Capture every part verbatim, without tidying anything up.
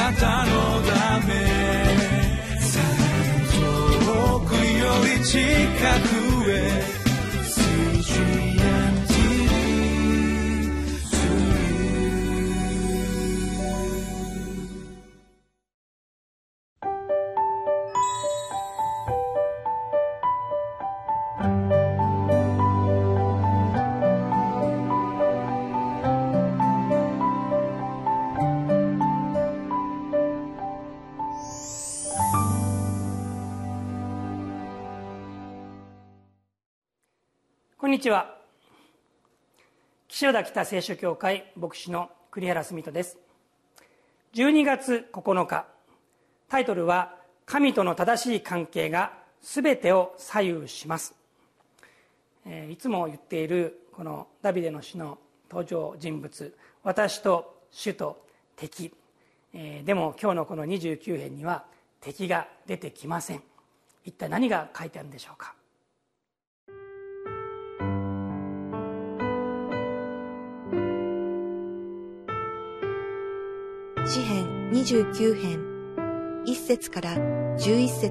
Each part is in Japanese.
なたのため、遠くより近くへこんにちは。岸和田北聖書教会牧師の栗原澄人です。じゅうにがつここのか、タイトルは神との正しい関係がすべてを左右します。えー、いつも言っているこのダビデの詩の登場人物、私と主と敵、えー、でも今日のこのにじゅうきゅう編には敵が出てきません。一体何が書いてあるんでしょうか。 詩編にじゅうきゅう編いっ節からじゅういっ節。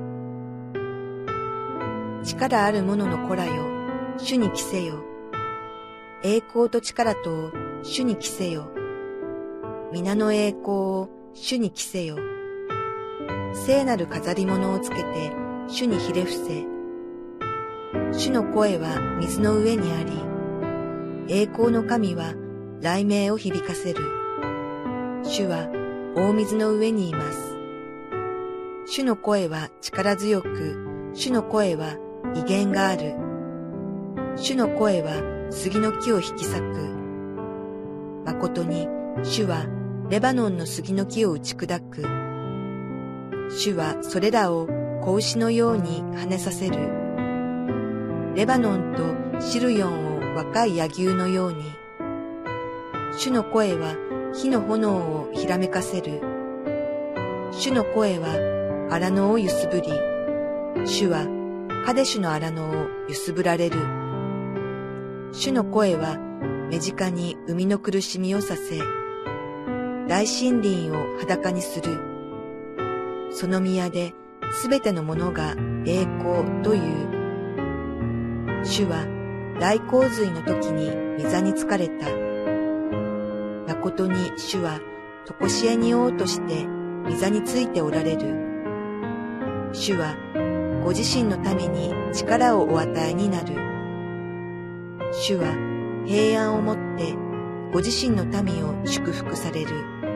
力ある者の子らよ、主に着せよ。栄光と力とを主に着せよ。皆の栄光を主に着せよ。聖なる飾り物をつけて主にひれ伏せ。主の声は水の上にあり、栄光の神は雷鳴を響かせる。主は大水の上にいます。主の声は力強く、主の声は威厳がある。主の声は杉の木を引き裂く。誠に主はレバノンの杉の木を打ち砕く。主はそれらを子牛のように跳ねさせる。レバノンとシルヨンを若い柳生のように。主の声は火の炎をひらめかせる。主の声は荒野を揺すぶり、主はカデシュの荒野を揺すぶられる。主の声は目近に海の苦しみをさせ、大森林を裸にする。その宮ですべてのものが栄光という。主は大洪水の時に御座に疲れた。誠に主はとこしえに王として御座についておられる。主はご自身のために力をお与えになる。主は平安をもってご自身の民を祝福される。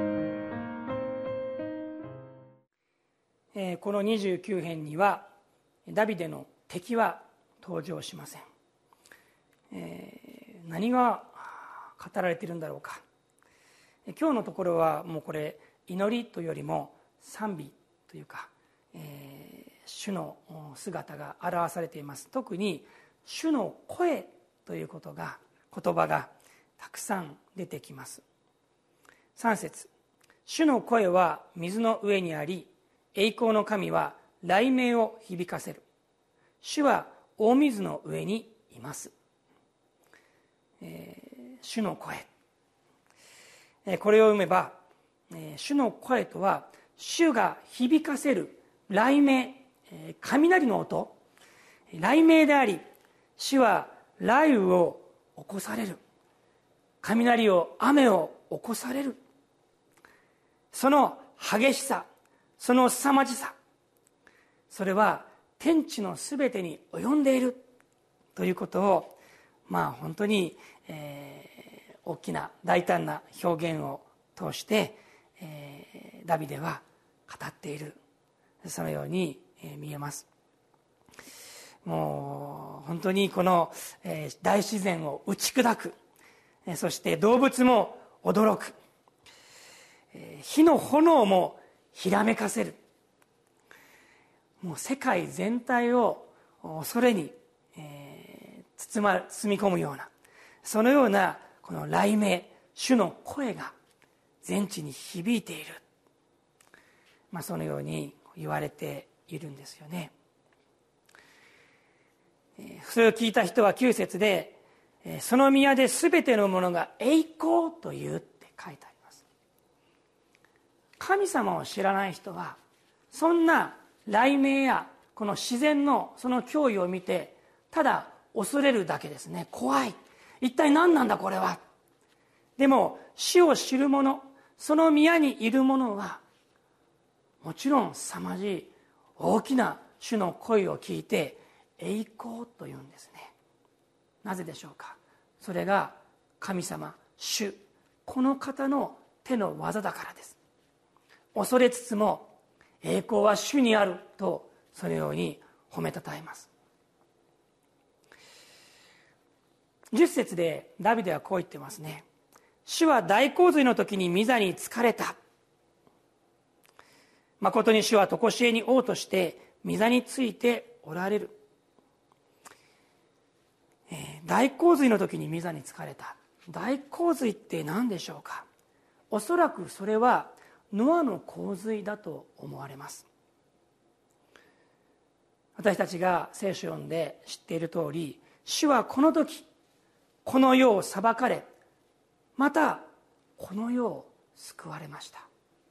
えー、このにじゅうきゅう編にはダビデの敵は登場しません。えー、何が語られているんだろうか。今日のところはもうこれ祈りというよりも賛美というか、えー、主の姿が表されています。特に主の声ということが言葉がたくさん出てきます。さん節、主の声は水の上にあり、栄光の神は雷鳴を響かせる。主は大水の上にいます。えー、主の声、これを読めば、主の声とは主が響かせる雷鳴、雷の音、雷鳴であり、主は雷雨を起こされる、雷を雨を起こされる。その激しさ、その凄まじさ、それは天地のすべてに及んでいるということを、まあ本当に、えー大きな大胆な表現を通して、えー、ダビデは語っている、そのように、えー、見えます。もう本当にこの、えー、大自然を打ち砕く、えー、そして動物も驚く、えー、火の炎もひらめかせる。もう世界全体を恐れに、えー、包ま包み込むような、そのようなこの雷鳴、主の声が全地に響いている、まあ、そのように言われているんですよね。それを聞いた人はきゅう節で、その宮で全てのものが栄光というって書いてあります。 神様を知らない人はそんな雷鳴やこの自然のその脅威を見てただ恐れるだけですね。怖い、一体何なんだこれは。でも主を知る者、その宮にいる者はもちろん凄まじい大きな主の声を聞いて栄光と言うんですね。なぜでしょうか。それが神様、主、この方の手の技だからです。恐れつつも栄光は主にあるとそのように褒めたたえます。じゅっ節でダビデはこう言ってますね。主は大洪水の時に御座に疲れた。誠に主は常しえに王として御座についておられる。えー、大洪水の時に御座に疲れた。大洪水って何でしょうか。おそらくそれはノアの洪水だと思われます。私たちが聖書を読んで知っている通り、主はこの時この世を裁かれ、またこの世を救われました。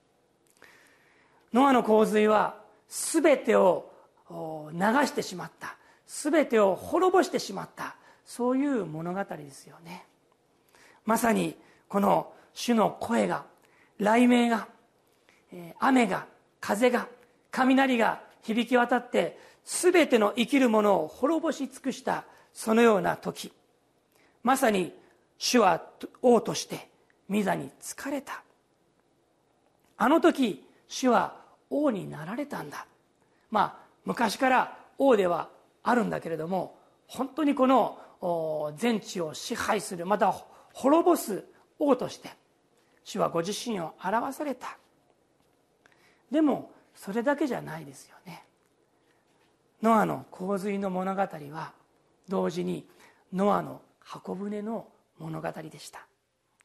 ノアの洪水は全てを流してしまった、全てを滅ぼしてしまった、そういう物語ですよね。まさにこの主の声が、雷鳴が、雨が、風が、雷が響き渡って全ての生きるものを滅ぼし尽くしたそのような時、まさに主は王として御座に疲れた。あの時主は王になられたんだ。まあ昔から王ではあるんだけれども、本当にこの全地を支配する、また滅ぼす王として主はご自身を表された。でもそれだけじゃないですよね。ノアの洪水の物語は同時にノアの箱舟の物語でした。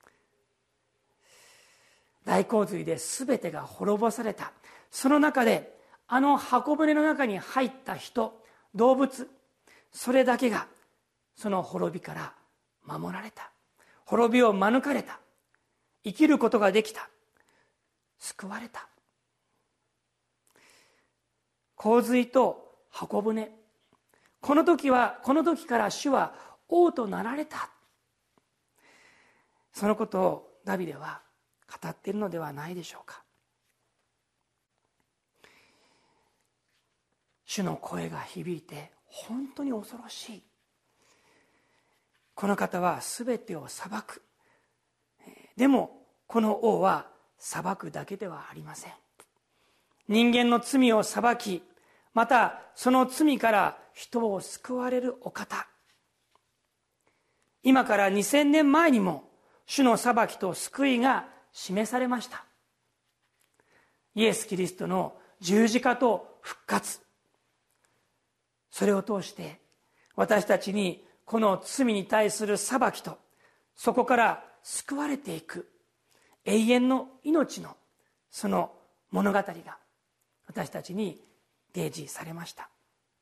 大洪水で全てが滅ぼされた。その中であの箱舟の中に入った人、動物、それだけがその滅びから守られた。滅びを免れた。生きることができた。救われた。洪水と箱舟、この時はこの時から主は王となられた。そのことをダビデは語っているのではないでしょうか。主の声が響いて本当に恐ろしい。この方は全てを裁く。でもこの王は裁くだけではありません。人間の罪を裁き、またその罪から人を救われるお方。今からにせんねんまえにも主の裁きと救いが示されました。イエス・キリストの十字架と復活、それを通して私たちにこの罪に対する裁きと、そこから救われていく永遠の命のその物語が私たちに提示されました。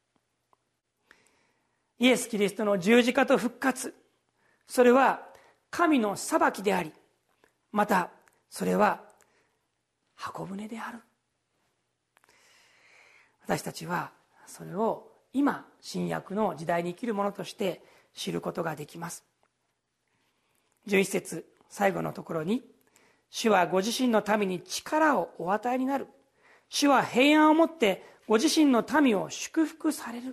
イエス・キリストの十字架と復活、それは神の裁きであり、またそれは箱舟である。私たちはそれを今新約の時代に生きる者として知ることができます。じゅういち節最後のところに、主はご自身の民に力をお与えになる。主は平安をもってご自身の民を祝福される。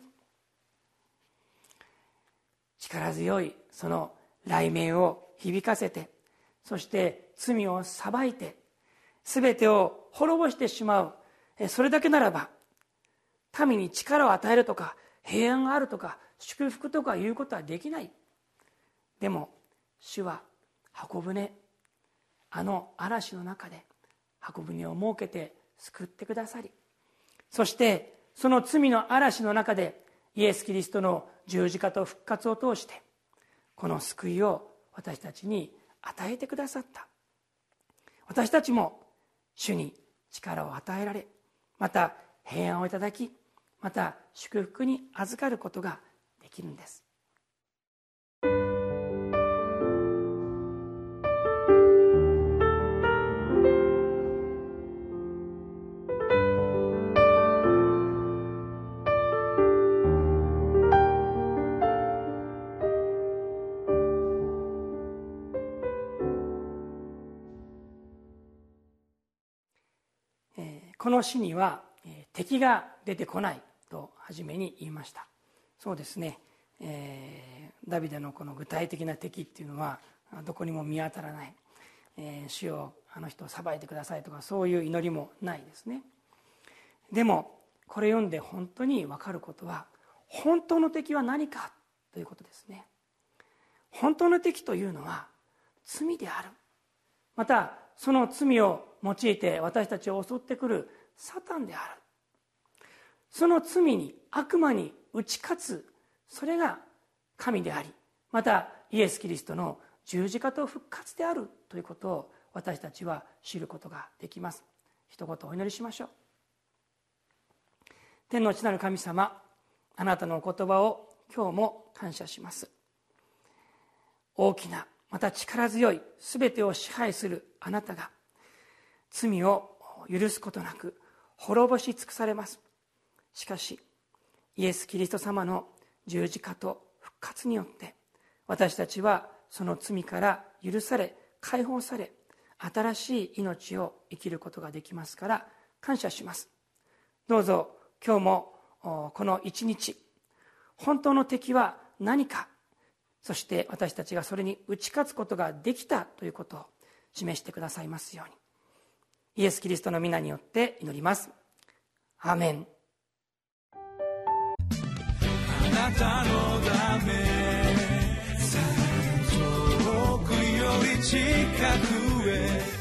力強いその雷鳴を響かせて、そして罪を裁いて全てを滅ぼしてしまう、それだけならば民に力を与えるとか平安があるとか祝福とかいうことはできない。でも主は箱舟、あの嵐の中で箱舟を設けて救ってくださり、そしてその罪の嵐の中でイエス・キリストの十字架と復活を通してこの救いを私たちに与えてくださった。私たちも主に力を与えられ、また平安をいただき、また祝福に預かることができるんです。 この詩には敵が出てこないと初めに言いました。そうですね、えー、ダビデのこの具体的な敵っていうのはどこにも見当たらない、えー、主よあの人を裁いてくださいとかそういう祈りもないですね。でもこれ読んで本当に分かることは、本当の敵は何かということですね。本当の敵というのは罪である。またその罪を用いて私たちを襲ってくるサタンである。その罪に悪魔に打ち勝つ、それが神であり、またイエス・キリストの十字架と復活であるということを私たちは知ることができます。一言お祈りしましょう。天の父なる神様、あなたのお言葉を今日も感謝します。大きなまた力強いすべてを支配するあなたが罪を許すことなく滅ぼし尽くされます。しかしイエス・キリスト様の十字架と復活によって私たちはその罪から許され解放され、新しい命を生きることができますから感謝します。どうぞ今日もこの一日、本当の敵は何か、そして私たちがそれに打ち勝つことができたということを示してくださいますように、イエス・キリストの皆によって祈ります。アーメン。 あなたのため遠くより近くへ